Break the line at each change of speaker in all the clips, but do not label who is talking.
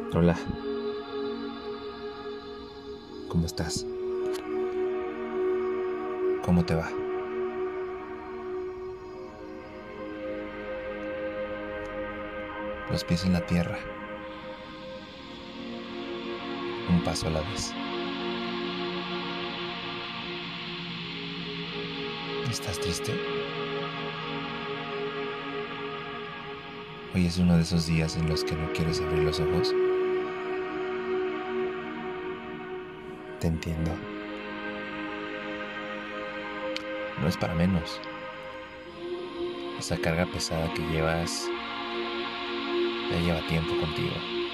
Hola, ¿cómo estás? ¿Cómo te va? Los pies en la tierra, un paso a la vez. ¿Estás triste? Hoy es uno de esos días en los que no quieres abrir los ojos. Te entiendo. No es para menos. Esa carga pesada que llevas ya lleva tiempo contigo.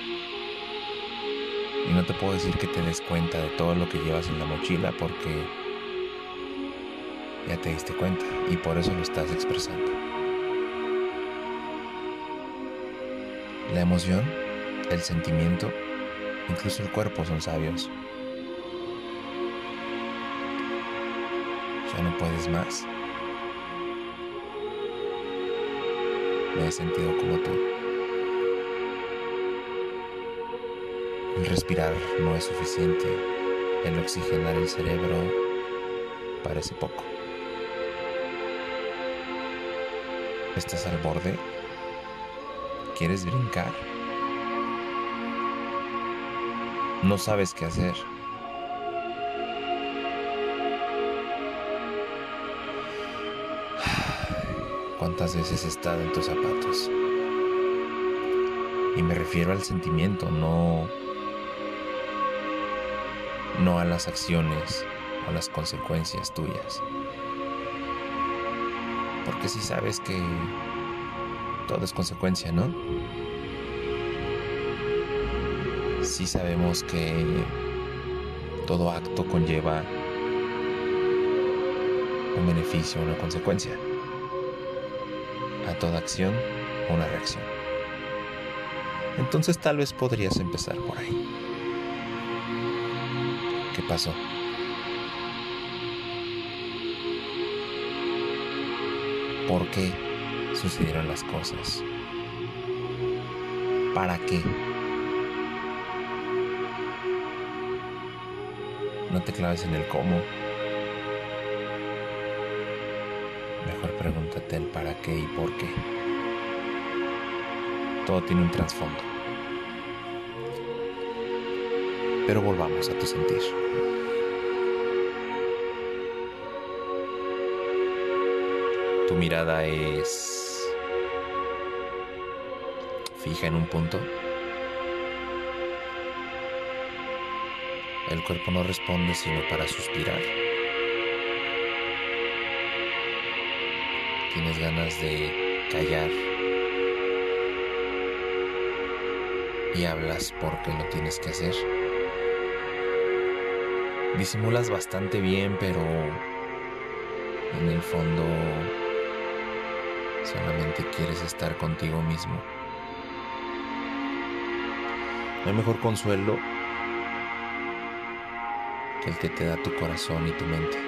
Y no te puedo decir que te des cuenta de todo lo que llevas en la mochila porque ya te diste cuenta y por eso lo estás expresando. La emoción, el sentimiento, incluso el cuerpo son sabios. Ya no puedes más. Me he sentido como tú. El respirar no es suficiente. El oxigenar el cerebro parece poco. ¿Estás al borde? ¿Quieres brincar? No sabes qué hacer. ¿Cuántas veces he estado en tus zapatos? Y me refiero al sentimiento, no a las acciones o las consecuencias tuyas. Porque sí sabes que todo es consecuencia, ¿no? Sí sabemos que todo acto conlleva un beneficio, una consecuencia. A toda acción, una reacción. Entonces tal vez podrías empezar por ahí. ¿Qué pasó? ¿Por qué sucedieron las cosas? ¿Para qué? No te claves en el cómo. Mejor pregúntate el para qué y por qué. Todo tiene un trasfondo. Pero volvamos a tu sentir. Tu mirada es fija en un punto. El cuerpo no responde sino para suspirar. Tienes ganas de callar y hablas porque lo tienes que hacer. Disimulas bastante bien, pero en el fondo solamente quieres estar contigo mismo. No hay mejor consuelo que el que te da tu corazón y tu mente.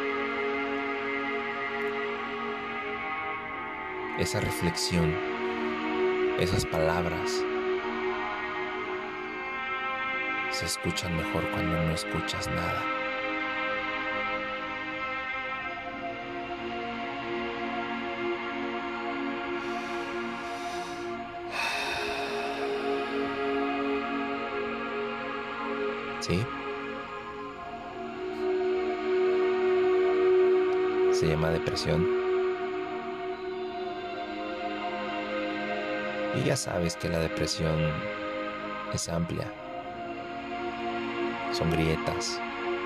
Esa reflexión, esas palabras se escuchan mejor cuando no escuchas nada. ¿Sí? Se llama depresión. Y ya sabes que la depresión es amplia. Son grietas.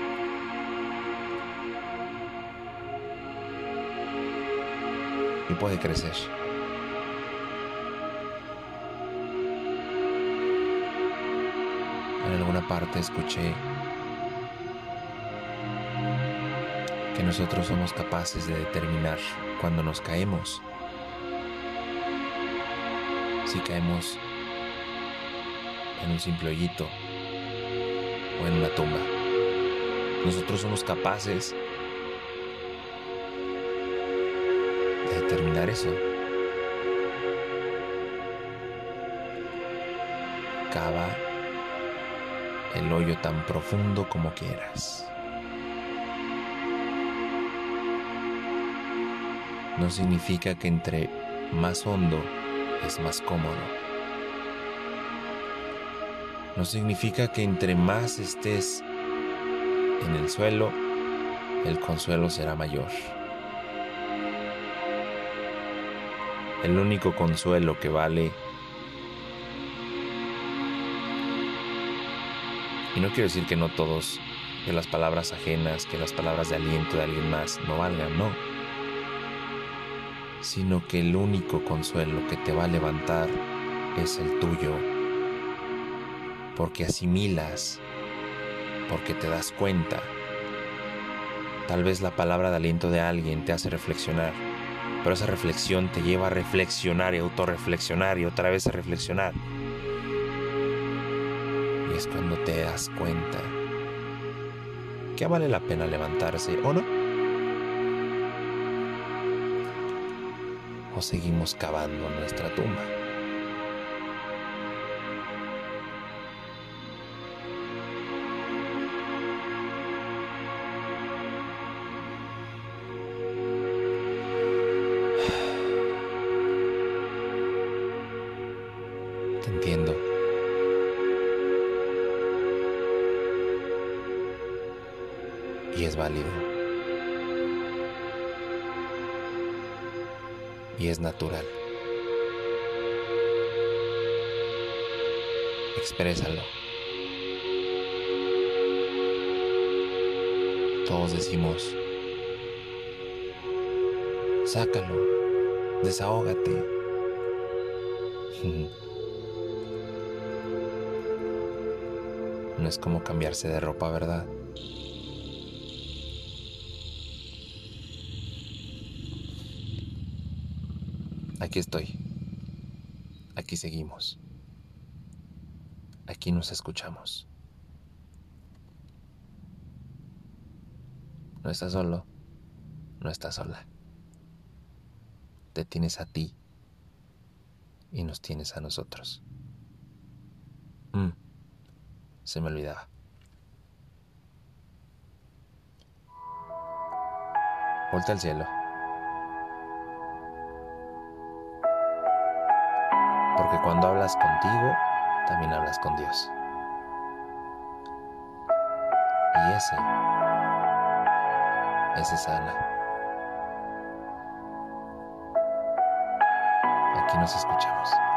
Y puede crecer. En alguna parte escuché que nosotros somos capaces de determinar cuando nos caemos. Si caemos en un simple hoyito o en una tumba. Nosotros somos capaces de determinar eso. Cava el hoyo tan profundo como quieras. No significa que entre más hondo es más cómodo. No significa que entre más estés en el suelo, el consuelo será mayor. El único consuelo que vale, y no quiero decir que no todos, que las palabras ajenas, que las palabras de aliento de alguien más no valgan, no. Sino que el único consuelo que te va a levantar es el tuyo. Porque asimilas, porque te das cuenta. Tal vez la palabra de aliento de alguien te hace reflexionar, pero esa reflexión te lleva a reflexionar y autorreflexionar y otra vez a reflexionar. Y es cuando te das cuenta que vale la pena levantarse, ¿o no? O seguimos cavando nuestra tumba. Te entiendo. Y es válido. Y es natural. Exprésalo. Todos decimos, sácalo, desahógate. No es como cambiarse de ropa, ¿verdad? Aquí estoy. Aquí seguimos. Aquí nos escuchamos. No estás solo. No estás sola. Te tienes a ti. Y nos tienes a nosotros. Se me olvidaba. Voltea al cielo. Porque cuando hablas contigo, también hablas con Dios. Y ese sana. Aquí nos escuchamos.